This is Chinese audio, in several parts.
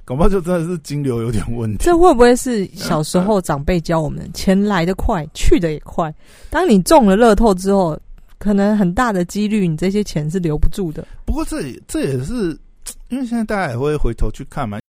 搞不好就真的是金流有点问题。 这会不会是小时候长辈教我们，钱来得快，去得也快？当你中了乐透之后，可能很大的几率，你这些钱是留不住的。 不过这也是因为现在大家也会回头去看嘛。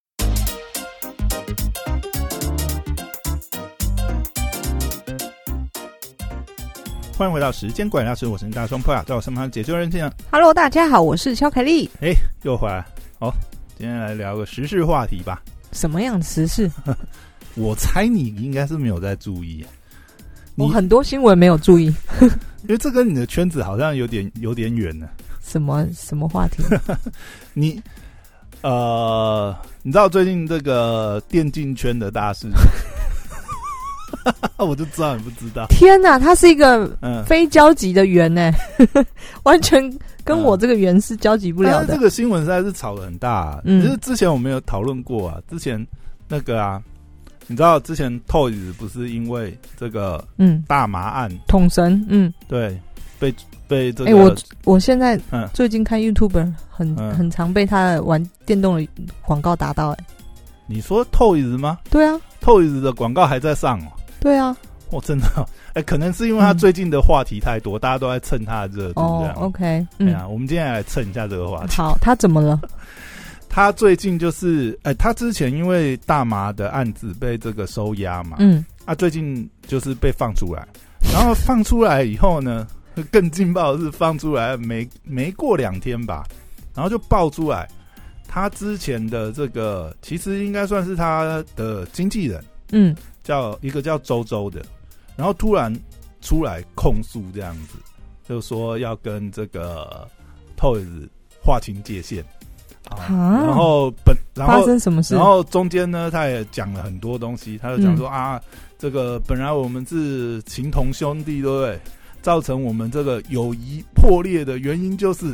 欢迎回到时间管理大师，我是大双破雅，在我身旁解救人性。 Hello， 大家好，我是肖凯丽。 又回来哦。今天来聊个时事话题吧。 什么样的时事？ 我猜你应该是没有在注意。 我很多新闻没有注意， 因为这跟你的圈子好像有点远呢。 什么话题？ 你知道最近这个电竞圈的大事？我就知道你不知道。 天哪，他是一个非交集的缘呢，完全跟我这个缘是交集不了的。 但是这个新闻实在是吵得很大就是之前我们有讨论过啊，之前那个啊，你知道之前 Toys 不是因为这个大麻案统神对被这个我现在最近看 YouTuber 很常被他的玩电动的广告打到你说 Toys 吗？ 对啊 ，Toys 的广告还在上哦。 对啊， 真的可能是因为他最近的话题太多，大家都在蹭他的热度这样。 OK， 我们今天来蹭一下这个话题。 好，他怎么了？ 他最近就是他之前因为大麻的案子被这个收押嘛，最近就是被放出来，然后放出来以后呢，更劲爆的是放出来没过2天吧，然后就爆出来，他之前的这个其实应该算是他的经纪人，一个叫周周的，然后突然出来控诉这样子，就说要跟这个 Toys 划清界限。然后发生什么事？ 然后中间呢，他也讲了很多东西，他就讲说这个本来我们是情同兄弟，对不对？造成我们这个友谊破裂的原因就是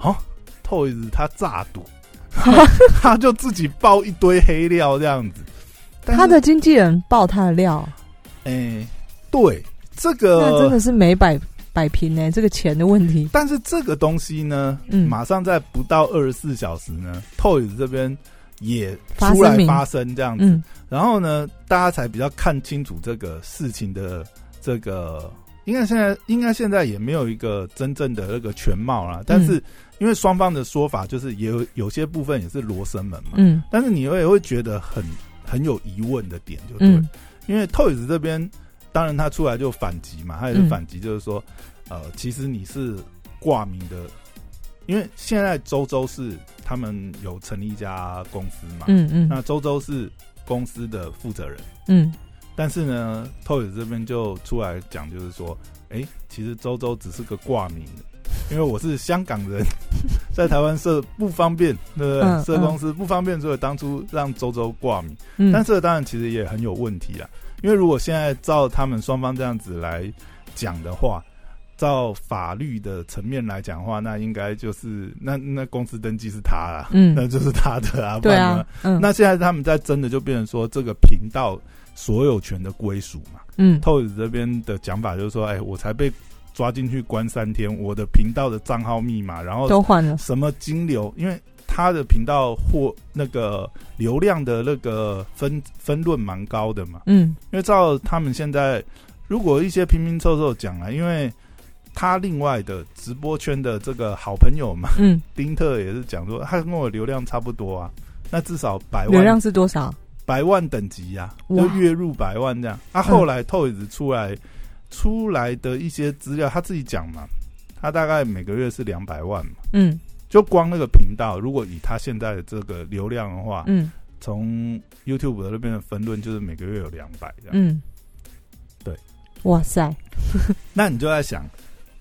Toys 他诈赌，他就自己爆一堆黑料这样子。 他的经纪人爆他的料， 对，这个那真的是没摆平这个钱的问题。 但是这个东西呢，马上在不到24小时呢，Toys 这边也出来发声这样子，然后呢，大家才比较看清楚这个事情的这个，应该现在也没有一个真正的那个全貌啦，但是因为双方的说法就是也有些部分也是罗生门嘛，但是你也会觉得很有疑问的点就对，因为 Toys 这边当然他出来就反击嘛，他也是反击，就是说其实你是挂名的，因为现在周周是他们有成立一家公司嘛，那周周是公司的负责人，但是呢 Toys 这边就出来讲，就是说其实周周只是个挂名的，因为我是香港人，在台湾设不方便，对不对？设公司不方便，所以当初让周周挂名。但这当然其实也很有问题啦，因为如果现在照他们双方这样子来讲的话，照法律的层面来讲的话，那应该就是那公司登记是他啦，那就是他的啊，对啊。那现在他们在争的就变成说这个频道所有权的归属嘛。Toys 这边的讲法就是说，我才被抓进去关3天，我的频道的账号密码，然后都换了， 什么金流，因为他的频道或那个流量的那个分论蛮高的嘛，因为照他们现在，如果一些拼拼凑凑讲啊，因为他另外的直播圈的这个好朋友嘛，丁特也是讲说，他跟我流量差不多啊，那至少100万， 流量是多少 ？100万等级啊，就月入100万这样。后来 Toys 出来的一些资料，他自己讲嘛，他大概每个月是200万嘛，就光那个频道，如果以他现在的这个流量的话，从 YouTube 的那边的分论就是每个月有200这样，对， 哇塞， 那你就在想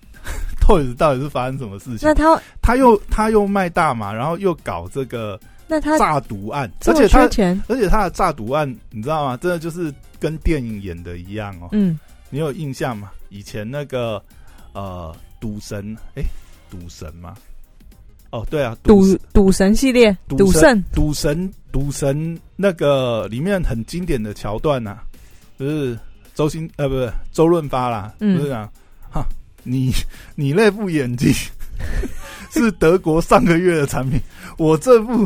，Toys 到底是发生什么事情？ 那他又卖大麻，然后又搞这个诈赌案， 而且他的诈赌案，你知道吗？真的就是跟电影演的一样哦。你有印象吗？以前那个赌神，赌神吗？对啊， 赌神系列，赌神那个里面很经典的桥段啊，就是周润发啦，不是啊，你那副眼镜是德国上个月的产品，我这副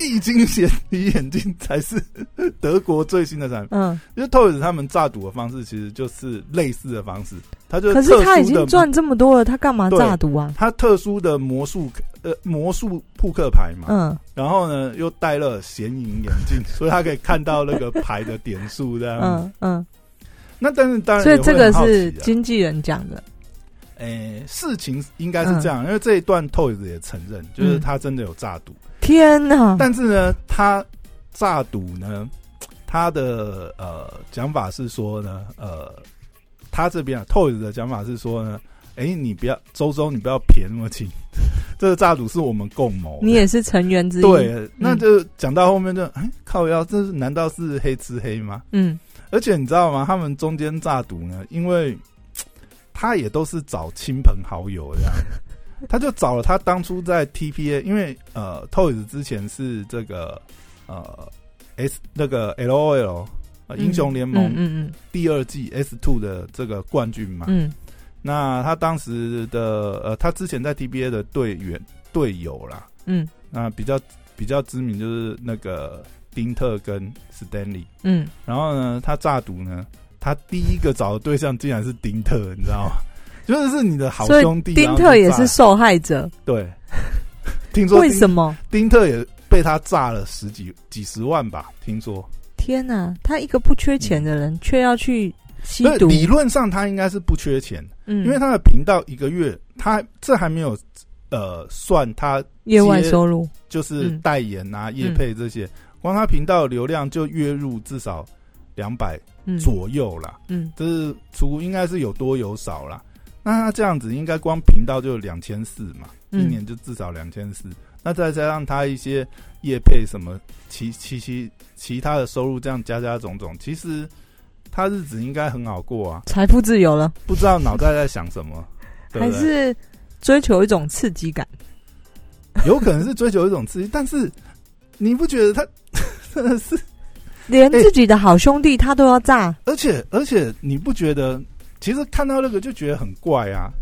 液晶显体眼镜才是德国最新的产品。因为 Toys 他们诈赌的方式其实就是类似的方式，可是他已经赚这么多了，他干嘛诈赌啊？ 他特殊的魔术扑克牌嘛，然后呢又戴了显影眼镜，所以他可以看到那个牌的点数这样子。那但是当然， 所以这个是经纪人讲的。 事情应该是这样，因为这一段 Toys 也承认，就是他真的有诈赌。 天哪！但是呢，他诈赌呢，他的讲法是说呢，他这边Toys 的讲法是说呢，你不要周周，你不要撇那么清，这个诈赌是我们共谋， 你也是成员之一。 对，那就讲到后面就靠腰，这是难道是黑吃黑吗？而且你知道吗？他们中间诈赌呢，因为他也都是找亲朋好友这样。他就找了他当初在 TPA， 因为Toys 之前是这个那个 LOL 英雄联盟第2季 S2 的这个冠军嘛。那他当时的他之前在 TPA 的队友啦。那比较知名就是那个丁特跟 Stanley。然后呢，他诈赌呢，他第一个找的对象竟然是丁特，你知道吗？就是你的好兄弟， 丁特也是受害者。 对，听说为什么丁特也被他炸了几十万吧？听说。 天哪，他一个不缺钱的人，却要去吸毒。 理论上他应该是不缺钱，因为他的频道一个月，他这还没有算他业外收入， 就是代言啊、业配这些，光他频道流量就月入至少200左右啦。这是应该是有多有少啦。那他这样子应该光频道就2400嘛，一年就至少2400。那再加上他一些业配什么其他的收入，这样加种种，其实他日子应该很好过啊， 财富自由了。 不知道脑袋在想什么，对不对？ 还是追求一种刺激感？ 有可能是追求一种刺激，但是你不觉得他真的是连自己的好兄弟他都要炸？而且你不觉得？其实看到那个就觉得很怪啊，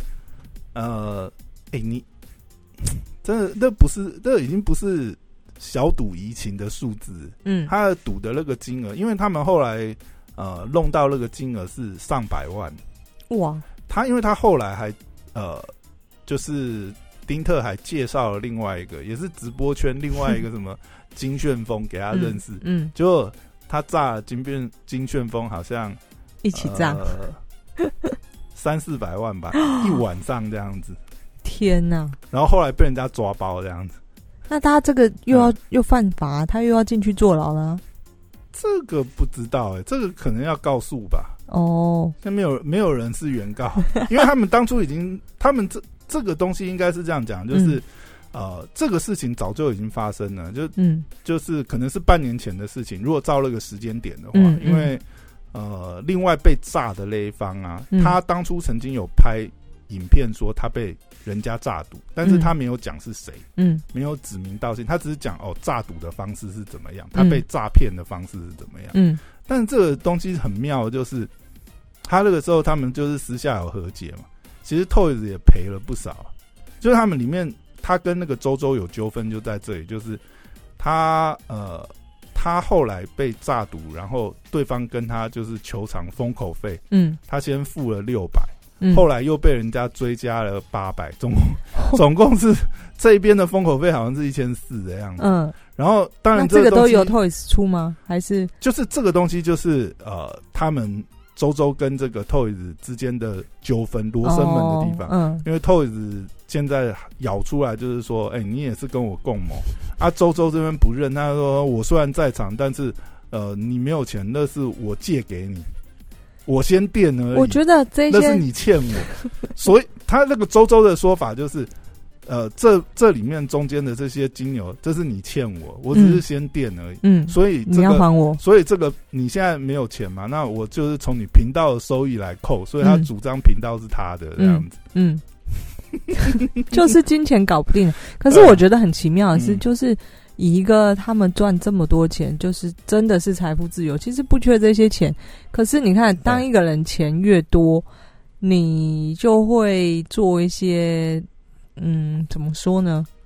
你真的这已经不是小赌怡情的数字，他的赌的那个金额，因为他们后来弄到那个金额是上百万， 哇！ 因为他后来还就是丁特还介绍了另外一个，也是直播圈另外一个什么金旋风给他认识，结果他炸了金旋风好像一起炸。 300-400万吧，一晚上这样子。 天哪！ 然后后来被人家抓包这样子。 那他这个又犯法，他又要进去坐牢了。 这个不知道这个可能要告诉吧。那没有人是原告，因为他们当初他们这个东西应该是这样讲，就是这个事情早就已经发生了，就是可能是半年前的事情。如果照那个时间点的话，因为另外被炸的那一方啊，他当初曾经有拍影片说他被人家诈赌，但是他没有讲是谁，没有指名道姓，他只是讲诈赌的方式是怎么样，他被诈骗的方式是怎么样。但是这个东西很妙的就是他那个时候他们就是私下有和解嘛，其实 Toys 也赔了不少，就是他们里面他跟那个周周有纠纷就在这里，就是他后来被诈赌，然后对方跟他就是求偿封口费，他先付了600，后来又被人家追加了800，总共是这一边的封口费好像是1400的样子。然后当然这个都由 Toys 出吗？还是就是这个东西就是他们周周跟这个 Toys 之间的纠纷，罗生门的地方。因为 Toys 现在咬出来就是说，你也是跟我共谋啊。周周这边不认，他说我虽然在场，但是你没有钱，那是我借给你，我先垫而已。 我觉得这些那是你欠我，所以他那个周周的说法就是。这里面中间的这些金牛，这是你欠我，我只是先垫而已。所以你要还我。 所以这个你现在没有钱嘛？那我就是从你频道的收益来扣，所以他主张频道是他的这样子。 就是金钱搞不定。可是我觉得很奇妙的是，就是以一个他们赚这么多钱，就是真的是财富自由，其实不缺这些钱。可是你看，当一个人钱越多，你就会做一些。怎么说呢？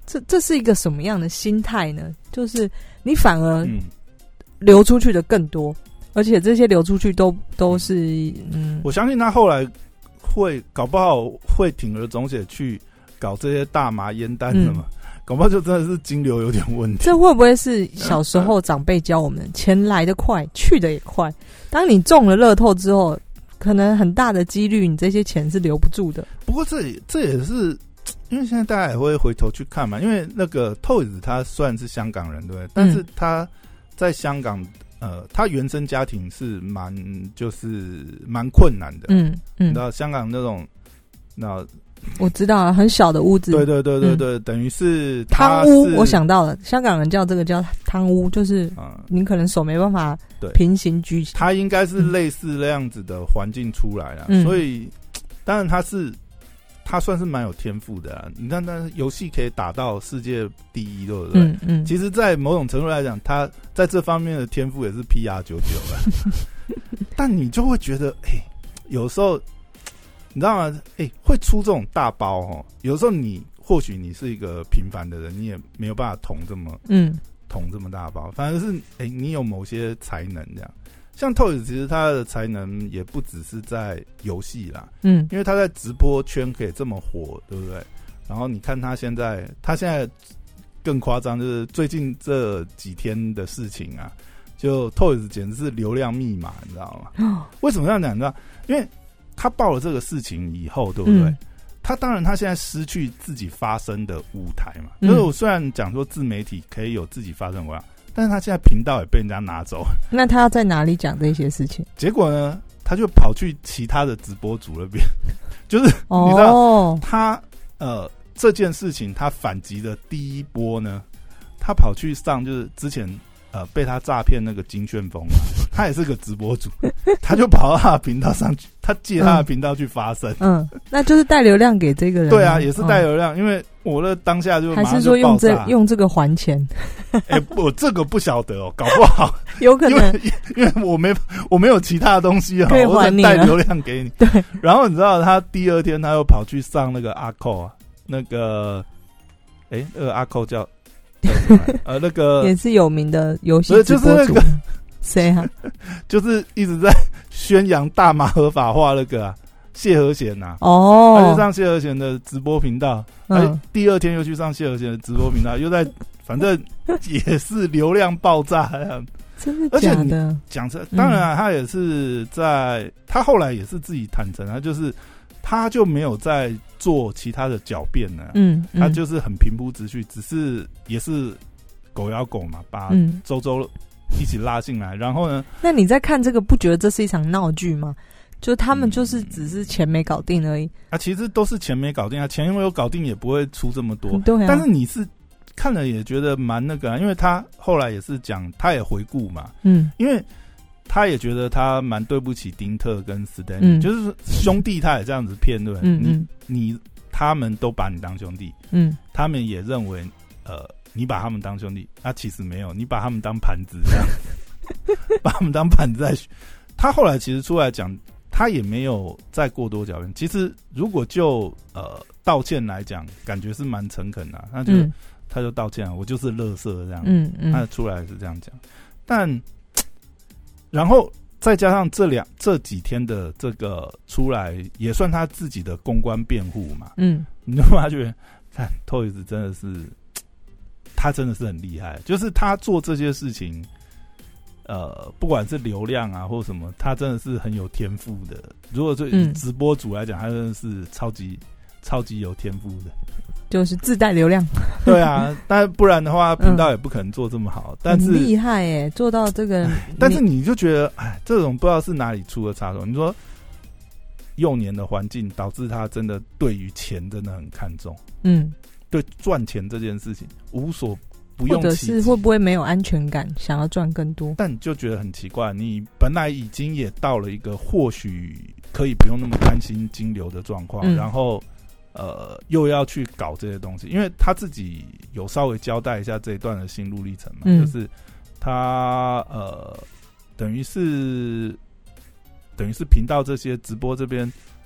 这是一个什么样的心态呢？就是你反而流出去的更多，而且这些流出去都是我相信他后来会搞不好会铤而走险去搞这些大麻烟弹的嘛。搞不好就真的是金流有点问题。 这会不会是小时候长辈教我们，钱来得快，去得也快？当你中了乐透之后，可能很大的几率，你这些钱是留不住的。 不过这也是因为现在大家也会回头去看嘛，因为那个 Toys 他虽然是香港人，对不对？但是他在香港，他原生家庭是蛮困难的。你知道香港那种那。 我知道了，很小的屋子。 对，等于是汤屋。我想到了，香港人叫这个叫汤屋，就是你可能手没办法平行举起。 他应该是类似那样子的环境出来了，所以当然他算是蛮有天赋的啊。你看，但是游戏可以打到世界第一，对不对？其实，在某种程度来讲，他在这方面的天赋也是 PR99 了。但你就会觉得，有时候。你知道吗？会出这种大包哦。有时候或许你是一个平凡的人，你也没有办法捅这么大包。反正是你有某些才能这样。像 Toys 其实他的才能也不只是在游戏啦，因为他在直播圈可以这么火，对不对？然后你看他现在更夸张，就是最近这几天的事情啊，就 Toys 简直是流量密码，你知道吗？为什么这样讲？你知道，因为他报了这个事情以后，对不对？他当然他现在失去自己发声的舞台嘛。就是我虽然讲说自媒体可以有自己发声舞台，但是他现在频道也被人家拿走。 那他要在哪里讲这些事情？ 结果呢，他就跑去其他的直播主那边，就是你知道他这件事情他反击的第一波呢，他跑去上就是之前。被他诈骗那个金旋风，他也是个直播主，他就跑到他的频道上去，他借他的频道去发声， 那就是带流量给这个人。 对啊，也是带流量，因为我的当下就马上就还是说用这个还钱？ 我这个不晓得哦，搞不好有可能， 因为我没有其他的东西可以还你， 我带流量给你。 对， 然后你知道他第二天他又跑去上那个阿扣啊，那个阿扣叫。那个也是有名的游戏直播主，谁啊？ 就是一直在宣扬大麻合法化那个谢和弦呐。他就上谢和弦的直播频道，第二天又去上谢和弦的直播频道，又在，反正也是流量爆炸。 真的假的？ 讲这，当然他也是他后来也是自己坦诚，他就没有在做其他的狡辩了，他就是很平铺直叙，只是也是狗咬狗嘛，把周一起拉进来，然后呢？ 那你在看这个，不觉得这是一场闹剧吗？就他们就是只是钱没搞定而已啊，其实都是钱没搞定啊，钱没有搞定也不会出这么多， 对啊。 但是你是看了也觉得蛮那个因为他后来也是讲，他也回顾嘛，因为。他也觉得他蛮对不起丁特跟斯丹利，就是兄弟，他也这样子骗，对不对？他们都把你当兄弟，他们也认为你把他们当兄弟，其实没有，你把他们当盘子这样，把他们当盘子在。他后来其实出来讲，他也没有再过多狡辩。其实如果就道歉来讲，感觉是蛮诚恳的，他就道歉了，我就是垃圾这样，他出来是这样讲，但。然后再加上这几天的这个出来，也算他自己的公关辩护嘛。你就发觉，看 Toys 真的是，他真的是很厉害，就是他做这些事情，不管是流量啊或什么，他真的是很有天赋的。如果是以直播主来讲，他真的是超级有天赋的。 就是自带流量， 对啊，但不然的话，频道也不可能做这么好。但是很厉害耶，做到这个。 但是你就觉得，这种不知道是哪里出的差错。你说幼年的环境导致他真的对于钱真的很看重，对赚钱这件事情无所不用其极， 或者是会不会没有安全感，想要赚更多？ 但你就觉得很奇怪，你本来已经也到了一个或许可以不用那么担心金流的状况，然后。又要去搞这些东西，因为他自己有稍微交代一下这一段的心路历程嘛，就是他等于是频道这些直播这边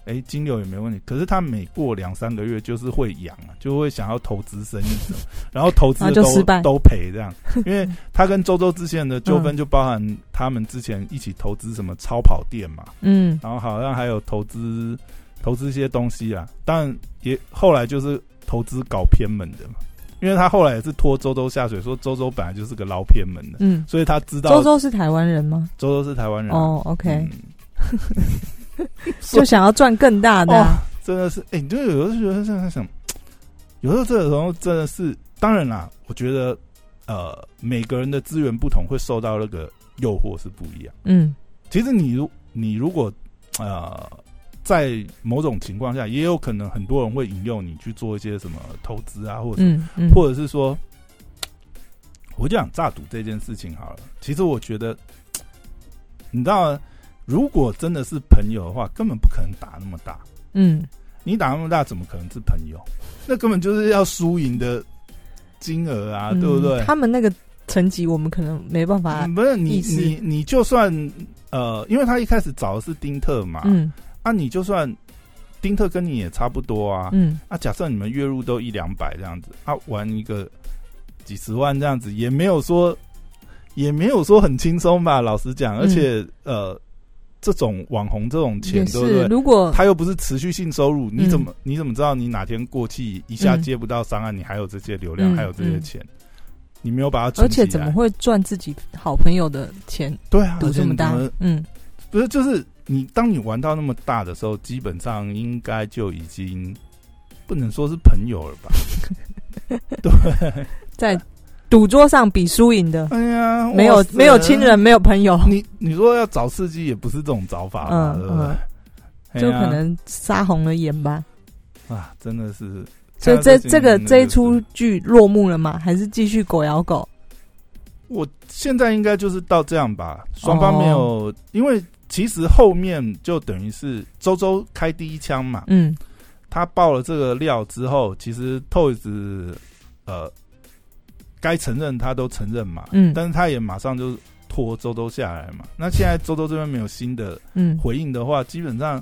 金流也没问题，可是他每过2-3个月就是会痒啊，就会想要投资生意然后投资都赔这样，因为他跟周之前的纠纷就包含他们之前一起投资什么超跑店嘛，然后好像还有投资一些东西啊，但也后来就是投资搞偏门的嘛。因为他后来也是拖周下水，说周本来就是个捞偏门的，所以他知道周是台湾人吗？ 周是台湾人哦 ，OK，就想要赚更大的真的是，你就有的时候想，有的时候真的是，当然啦，我觉得每个人的资源不同，会受到那个诱惑是不一样。其实你如果在某种情况下，也有可能很多人会引诱你去做一些什么投资啊，或者是说，我就讲诈赌这件事情好了。其实我觉得，你知道，如果真的是朋友的话，根本不可能打那么大。你打那么大，怎么可能是朋友？那根本就是要输赢的金额啊，对不对？ 他们那个层级，我们可能没办法。 不是你就算因为他一开始找的是丁特嘛，你就算丁特跟你也差不多啊，假设你们月入都100-200这样子，玩一个几十万这样子，也没有说很轻松吧，老实讲，而且这种网红这种钱，对不对？如果他又不是持续性收入，你怎么知道你哪天过气一下接不到商案，你还有这些流量，还有这些钱，你没有把它存起来， 而且怎么会赚自己好朋友的钱？ 对啊， 赌这么大， 不是就是。当你玩到那么大的时候，基本上应该就已经不能说是朋友了吧？对， 在赌桌上比输赢的， 哎呀， 没有亲人，没有朋友。 你说要找刺激，也不是这种找法嘛，对不对？ 就可能杀红了眼吧。 真的是。 所以这一出剧落幕了吗？还是继续狗咬狗？ 我现在应该就是到这样吧，双方没有，因为。其实后面就等于是周开第一枪嘛，他爆了这个料之后，其实 Toys 该承认他都承认嘛，但是他也马上就拖周下来嘛。那现在周这边没有新的回应的话，基本上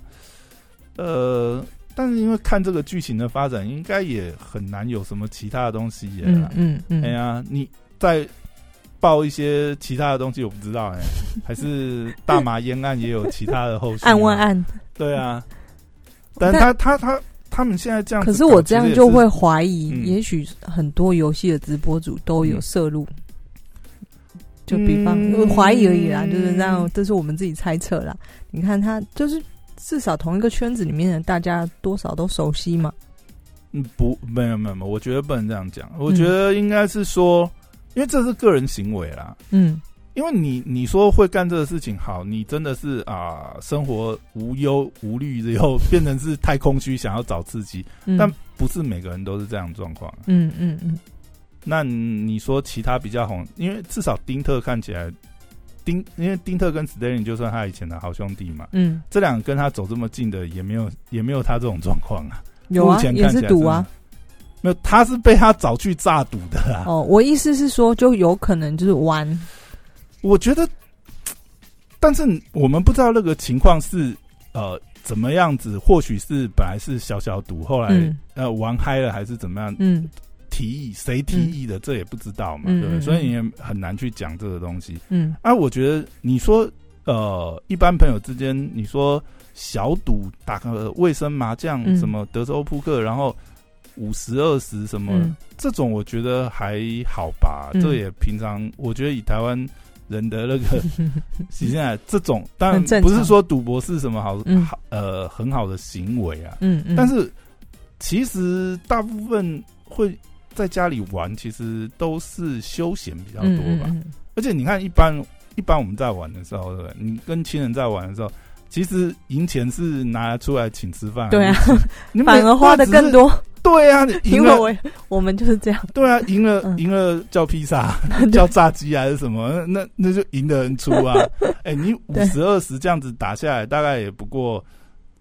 但是因为看这个剧情的发展，应该也很难有什么其他的东西了。哎呀，你在。报一些其他的东西我不知道还是大麻烟案也有其他的后续案问案， 对啊，但他们现在这样子， 可是我这样就会怀疑，也许很多游戏的直播主都有涉入，就比方怀疑而已啦，就是这样，这是我们自己猜测啦。你看他就是至少同一个圈子里面的大家多少都熟悉嘛。 没有，我觉得不能这样讲，我觉得应该是说。因为这是个人行为啦，因为你说会干这个事情，好，你真的是生活无忧无虑以后变成是太空虚，想要找刺激，但不是每个人都是这样的状况。那你说其他比较红，因为至少丁特看起来，因为丁特跟 Sterling 就算他以前的好兄弟嘛，这两个跟他走这么近的也没有他这种状况啊， 有啊，也是赌啊。 没有，他是被他找去诈赌的啊。 我意思是说，就有可能就是玩。 我觉得，但是我们不知道那个情况是怎么样子，或许是本来是小赌，后来玩嗨了还是怎么样？提议谁提议的，这也不知道嘛，对不对？所以也很难去讲这个东西。我觉得你说一般朋友之间，你说小赌打个卫生麻将，什么德州扑克，然后。50-20什么、这种我觉得还好吧，这也平常我觉得以台湾人的那个现在这种当然不是说赌博是什么很好的行为啊，但是其实大部分会在家里玩其实都是休闲比较多吧，而且你看一般我们在玩的时候，对不对？你跟亲人在玩的时候，其实赢钱是拿出来请吃饭， 对啊，反而花的更多。 对啊， 因为我们就是这样。 对啊，赢了叫披萨，叫炸鸡还是什么？那就赢的人出啊！你50-20这样子打下来，大概也不过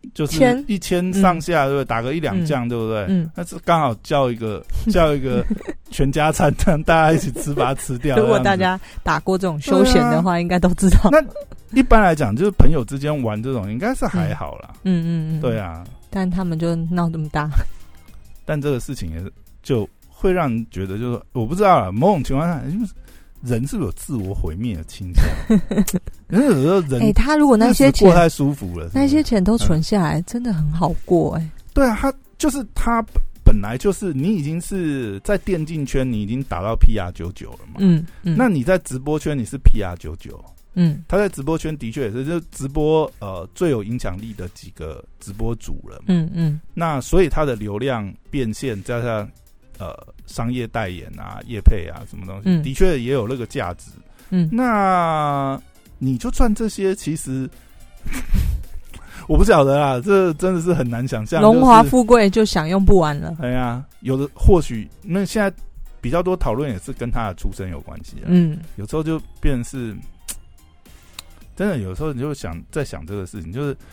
就是1000上下，对不对？打个1-2将，对不对？那是刚好叫一个全家餐，让大家一起吃，把它吃掉。 如果大家打过这种休闲的话，应该都知道。 那一般来讲，就是朋友之间玩这种，应该是还好啦。对啊。 但他们就闹这么大， 但这个事情也就会让人觉得，就是我不知道啦，某种情况下，人是不是有自我毁灭的倾向？因为有时候人， 他如果那些钱过太舒服了， 那些钱都存下来，真的很好过对啊，他本来就是你已经是在电竞圈，你已经达到 PR99 了嘛。那你在直播圈你是 PR99。他在直播圈的确也是，就直播最有影响力的几个直播主了。那所以他的流量变现加上商业代言啊、业配啊什么东西，的确也有那个价值。那你就赚这些，其实我不晓得啦，这真的是很难想象。 荣华富贵就享用不完了。 哎呀，有的或许那现在比较多讨论也是跟他的出身有关系。有时候就变成是。真的，有时候你就在想这个事情，就是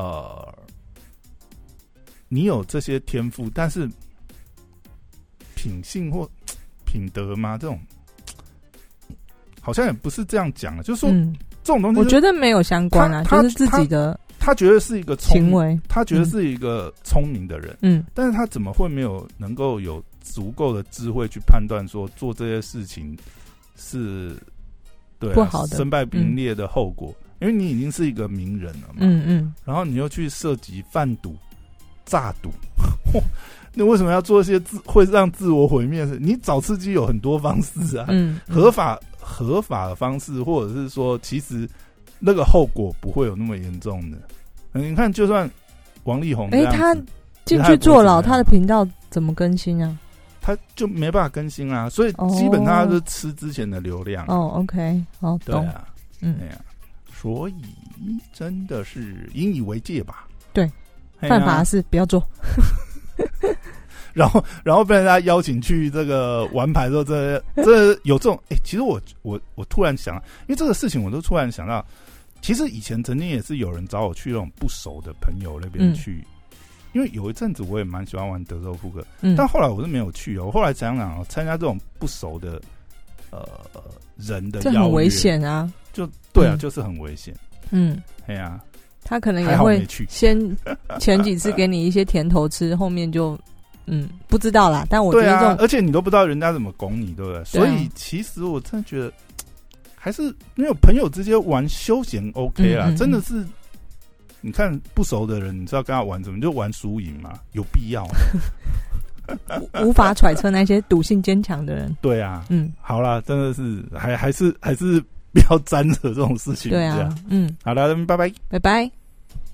你有这些天赋，但是品性或品德吗？这种好像也不是这样讲的，就是说、这种东西， 我觉得没有相关啊，就是自己的他觉得是一个行为， 他觉得是一个聪明的人，但是他怎么会没有能够有足够的智慧去判断说做这些事情是？对、 不好的身败名裂的后果，因为你已经是一个名人了嘛，然后你又去涉及贩毒、诈赌，那为什么要做一些会让自我毁灭的事？你找刺激有很多方式啊，合法的方式，或者是说，其实那个后果不会有那么严重的。你看，就算王力宏这样子， 他进去坐牢，他的频道怎么更新啊？ 他就没办法更新啦，所以基本上他就吃之前的流量。 OK， 好， 对啊，所以真的是引以为戒吧。 对，犯法的事不要做。 然后被人家邀请去这个玩牌之后，这有这种其实我突然想，因为这个事情我都突然想到，其实以前曾经也是有人找我去那种不熟的朋友那边去。因为有一阵子我也蛮喜欢玩德州扑克，但后来我是没有去我后来想想参加这种不熟的人的邀约， 这很危险啊！ 就对啊，就是很危险。 他可能也会先前几次给你一些甜头吃，后面就不知道啦。但我觉得这种， 而且你都不知道人家怎么拱你，对不对？所以其实我真的觉得，还是没有朋友之间玩休闲 OK 啦，真的是。你看不熟的人，你知道跟他玩什么？就玩输赢嘛，有必要吗？ 无法揣测那些赌性坚强的人。 对啊，好啦，真的是还是不要沾惹这种事情。 对啊， 好了，拜拜， 拜拜。